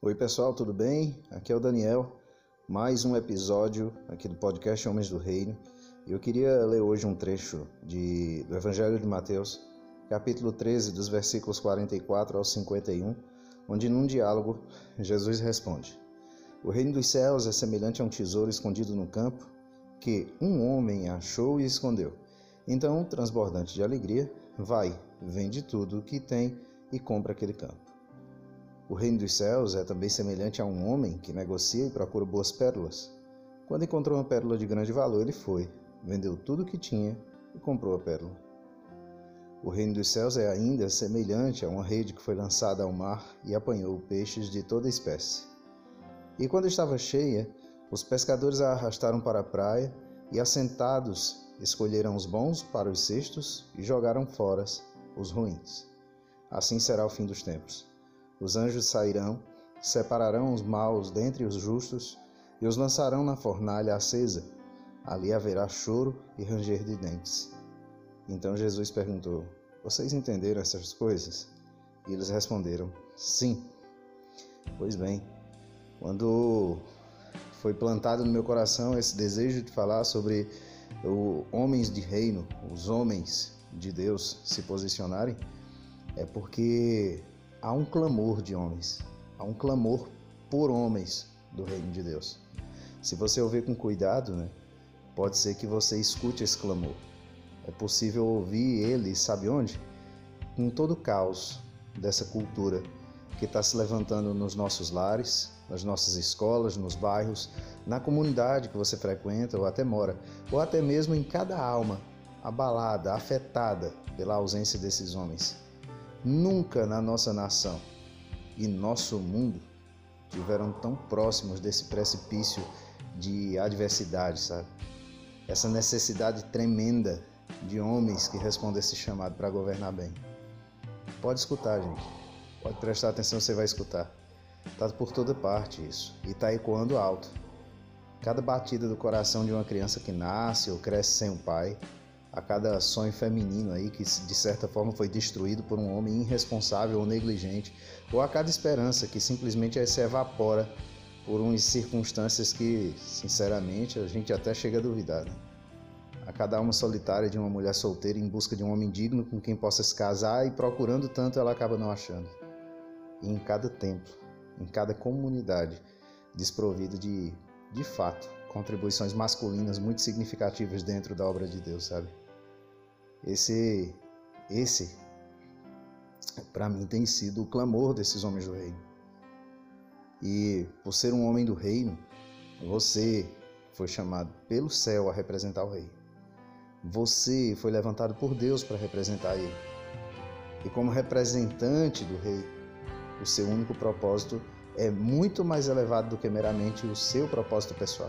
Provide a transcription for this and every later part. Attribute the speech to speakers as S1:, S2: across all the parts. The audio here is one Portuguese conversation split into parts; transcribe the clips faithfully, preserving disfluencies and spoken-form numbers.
S1: Oi pessoal, tudo bem? Aqui é o Daniel, mais um episódio aqui do podcast Homens do Reino. Eu queria ler hoje um trecho de, do Evangelho de Mateus, capítulo treze, dos versículos quarenta e quatro ao cinquenta e um, onde num diálogo Jesus responde: O reino dos céus é semelhante a um tesouro escondido no campo, que um homem achou e escondeu. Então, transbordante de alegria, vai, vende tudo o que tem e compra aquele campo. O reino dos céus é também semelhante a um homem que negocia e procura boas pérolas. Quando encontrou uma pérola de grande valor, ele foi, vendeu tudo o que tinha e comprou a pérola. O reino dos céus é ainda semelhante a uma rede que foi lançada ao mar e apanhou peixes de toda espécie. E quando estava cheia, os pescadores a arrastaram para a praia e, assentados, escolheram os bons para os cestos e jogaram fora os ruins. Assim será o fim dos tempos. Os anjos sairão, separarão os maus dentre os justos e os lançarão na fornalha acesa. Ali haverá choro e ranger de dentes. Então Jesus perguntou: Vocês entenderam essas coisas? E eles responderam: Sim. Pois bem, quando foi plantado no meu coração esse desejo de falar sobre os homens de reino, os homens de Deus se posicionarem, é porque há um clamor de homens, há um clamor por homens do reino de Deus. Se você ouvir com cuidado, né, pode ser que você escute esse clamor. É possível ouvir ele, sabe onde? Com todo o caos dessa cultura que está se levantando nos nossos lares, nas nossas escolas, nos bairros, na comunidade que você frequenta ou até mora, ou até mesmo em cada alma abalada, afetada pela ausência desses homens. Nunca na nossa nação e nosso mundo tiveram tão próximos desse precipício de adversidade, sabe? Essa necessidade tremenda de homens que respondem esse chamado para governar bem. Pode escutar, gente. Pode prestar atenção, você vai escutar. Está por toda parte isso. E está ecoando alto. Cada batida do coração de uma criança que nasce ou cresce sem um pai, a cada sonho feminino aí que de certa forma foi destruído por um homem irresponsável ou negligente, ou a cada esperança que simplesmente se evapora por umas circunstâncias que, sinceramente, a gente até chega a duvidar, né? A cada alma solitária de uma mulher solteira em busca de um homem digno com quem possa se casar e procurando tanto, ela acaba não achando. E em cada templo, em cada comunidade desprovida de, de fato, contribuições masculinas muito significativas dentro da obra de Deus, sabe? Esse, esse, para mim, tem sido o clamor desses homens do reino. E por ser um homem do reino, você foi chamado pelo céu a representar o rei. Você foi levantado por Deus para representar ele. E como representante do rei, o seu único propósito é muito mais elevado do que meramente o seu propósito pessoal.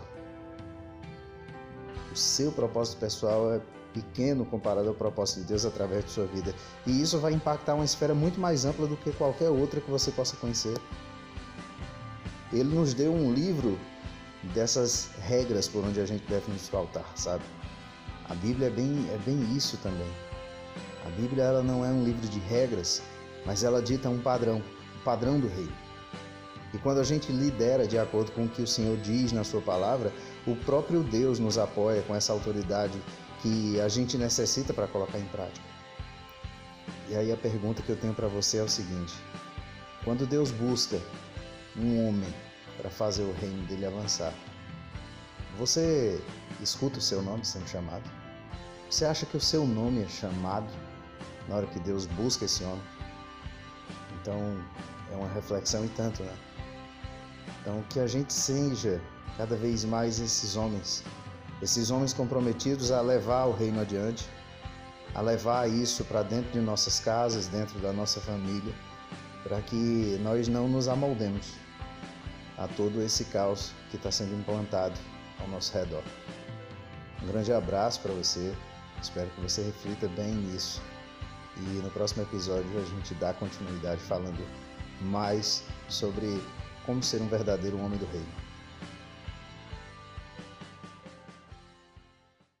S1: O seu propósito pessoal é pequeno comparado ao propósito de Deus através de sua vida. E isso vai impactar uma esfera muito mais ampla do que qualquer outra que você possa conhecer. Ele nos deu um livro dessas regras por onde a gente deve nos faltar, sabe? A Bíblia é bem, é bem isso também. A Bíblia ela não é um livro de regras, mas ela dita um padrão, o padrão do reino. E quando a gente lidera de acordo com o que o Senhor diz na sua palavra, o próprio Deus nos apoia com essa autoridade que a gente necessita para colocar em prática. E aí a pergunta que eu tenho para você é o seguinte: quando Deus busca um homem para fazer o reino dele avançar, você escuta o seu nome sendo chamado? Você acha que o seu nome é chamado na hora que Deus busca esse homem? Então é uma reflexão e tanto, né? Então que a gente seja cada vez mais esses homens, esses homens comprometidos a levar o reino adiante, a levar isso para dentro de nossas casas, dentro da nossa família, para que nós não nos amoldemos a todo esse caos que está sendo implantado ao nosso redor. Um grande abraço para você, espero que você reflita bem nisso. E no próximo episódio a gente dá continuidade falando mais sobre como ser um verdadeiro homem do reino.